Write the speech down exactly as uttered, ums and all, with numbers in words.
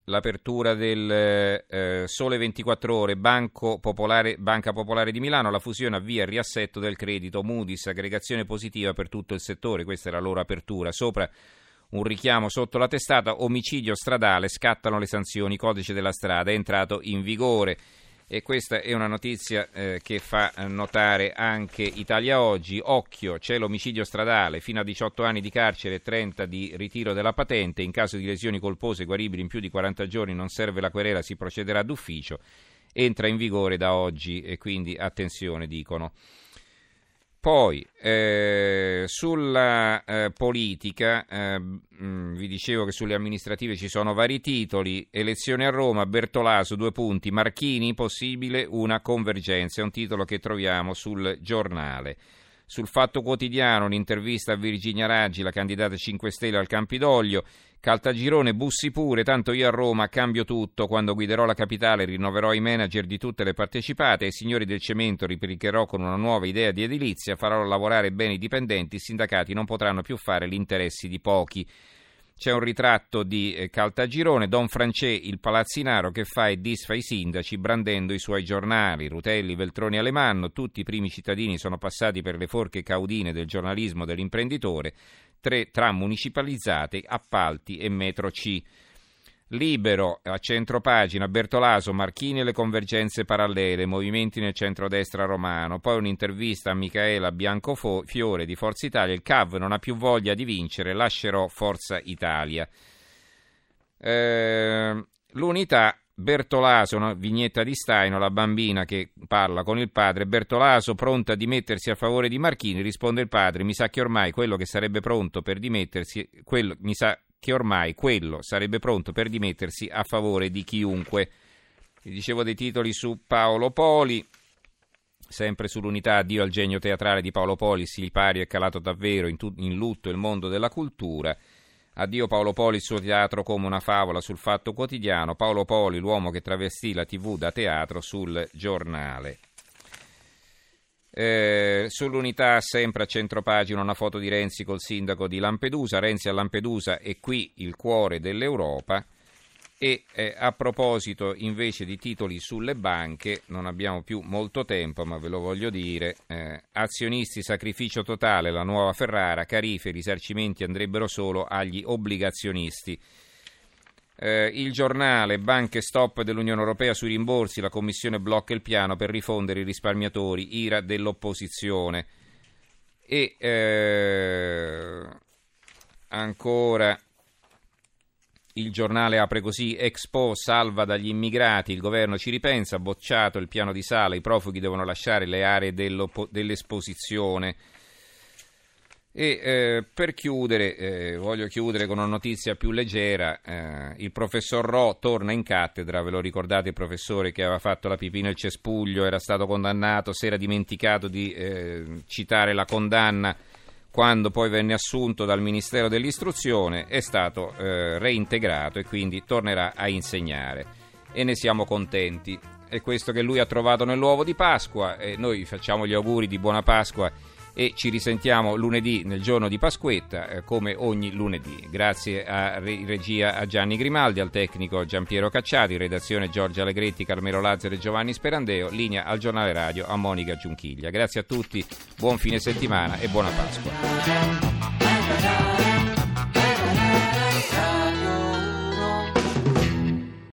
l'apertura del eh, Sole ventiquattro Ore, Banco Popolare, Banca Popolare di Milano, la fusione avvia il riassetto del credito, Moody's, aggregazione positiva per tutto il settore, questa è la loro apertura. Sopra un richiamo sotto la testata, omicidio stradale, scattano le sanzioni, codice della strada è entrato in vigore. E questa è una notizia eh, che fa notare anche Italia Oggi. Occhio, c'è l'omicidio stradale, fino a diciotto anni di carcere e trenta di ritiro della patente. In caso di lesioni colpose guaribili in più di quaranta giorni non serve la querela, si procederà d'ufficio. Entra in vigore da oggi e quindi attenzione, dicono. Poi, eh, sulla eh, politica, eh, mh, vi dicevo che sulle amministrative ci sono vari titoli. Elezioni a Roma, Bertolaso, due punti, Marchini, possibile una convergenza, è un titolo che troviamo sul Giornale. Sul Fatto Quotidiano, un'intervista a Virginia Raggi, la candidata cinque Stelle al Campidoglio. Caltagirone, bussi pure, tanto io a Roma cambio tutto, quando guiderò la capitale rinnoverò i manager di tutte le partecipate, ai signori del cemento riplicherò con una nuova idea di edilizia, farò lavorare bene i dipendenti, i sindacati non potranno più fare gli interessi di pochi. C'è un ritratto di eh, Caltagirone, Don Francè, il palazzinaro che fa e disfa i sindaci brandendo i suoi giornali, Rutelli, Veltroni, Alemanno, tutti i primi cittadini sono passati per le forche caudine del giornalismo dell'imprenditore, tre tra municipalizzate, appalti e metro C. Libero, a centropagina, Bertolaso, Marchini e le convergenze parallele, movimenti nel centrodestra romano, poi un'intervista a Micaela Biancofiore di Forza Italia, il C A V non ha più voglia di vincere, lascerò Forza Italia. Eh, l'Unità, Bertolaso, una vignetta di Staino, la bambina che parla con il padre, Bertolaso pronta a dimettersi a favore di Marchini, risponde il padre, mi sa che ormai quello che sarebbe pronto per dimettersi, quello, mi sa che ormai quello sarebbe pronto per dimettersi a favore di chiunque. Vi dicevo dei titoli su Paolo Poli, sempre sull'Unità, addio al genio teatrale di Paolo Poli, Silipario è calato davvero in, tu, in lutto il mondo della cultura. Addio Paolo Poli, il suo teatro come una favola sul Fatto Quotidiano, Paolo Poli, l'uomo che travestì la tivù da teatro sul Giornale. Eh, sull'Unità, sempre a centropagina, una foto di Renzi col sindaco di Lampedusa, Renzi a Lampedusa è qui il cuore dell'Europa. E eh, a proposito invece di titoli sulle banche, non abbiamo più molto tempo ma ve lo voglio dire, eh, azionisti sacrificio totale, la nuova Ferrara, Carife, i risarcimenti andrebbero solo agli obbligazionisti. Eh, il Giornale, banche stop dell'Unione Europea sui rimborsi, la Commissione blocca il piano per rifondere i risparmiatori, ira dell'opposizione. E eh, ancora il Giornale apre così, Expo salva dagli immigrati, il governo ci ripensa, bocciato il piano di Sala, i profughi devono lasciare le aree dell'esposizione. E eh, per chiudere, eh, voglio chiudere con una notizia più leggera, eh, il professor Ro torna in cattedra, ve lo ricordate il professore che aveva fatto la pipì nel cespuglio, era stato condannato, si era dimenticato di eh, citare la condanna quando poi venne assunto dal Ministero dell'Istruzione, è stato eh, reintegrato e quindi tornerà a insegnare e ne siamo contenti. È questo che lui ha trovato nell'uovo di Pasqua e noi facciamo gli auguri di buona Pasqua e ci risentiamo lunedì nel giorno di Pasquetta eh, come ogni lunedì. Grazie a re- regia a Gianni Grimaldi, al tecnico Giampiero Cacciati, redazione Giorgia Allegretti, Carmelo Lazzaro e Giovanni Sperandeo, linea al giornale radio a Monica Giunchiglia. Grazie a tutti, buon fine settimana e buona Pasqua.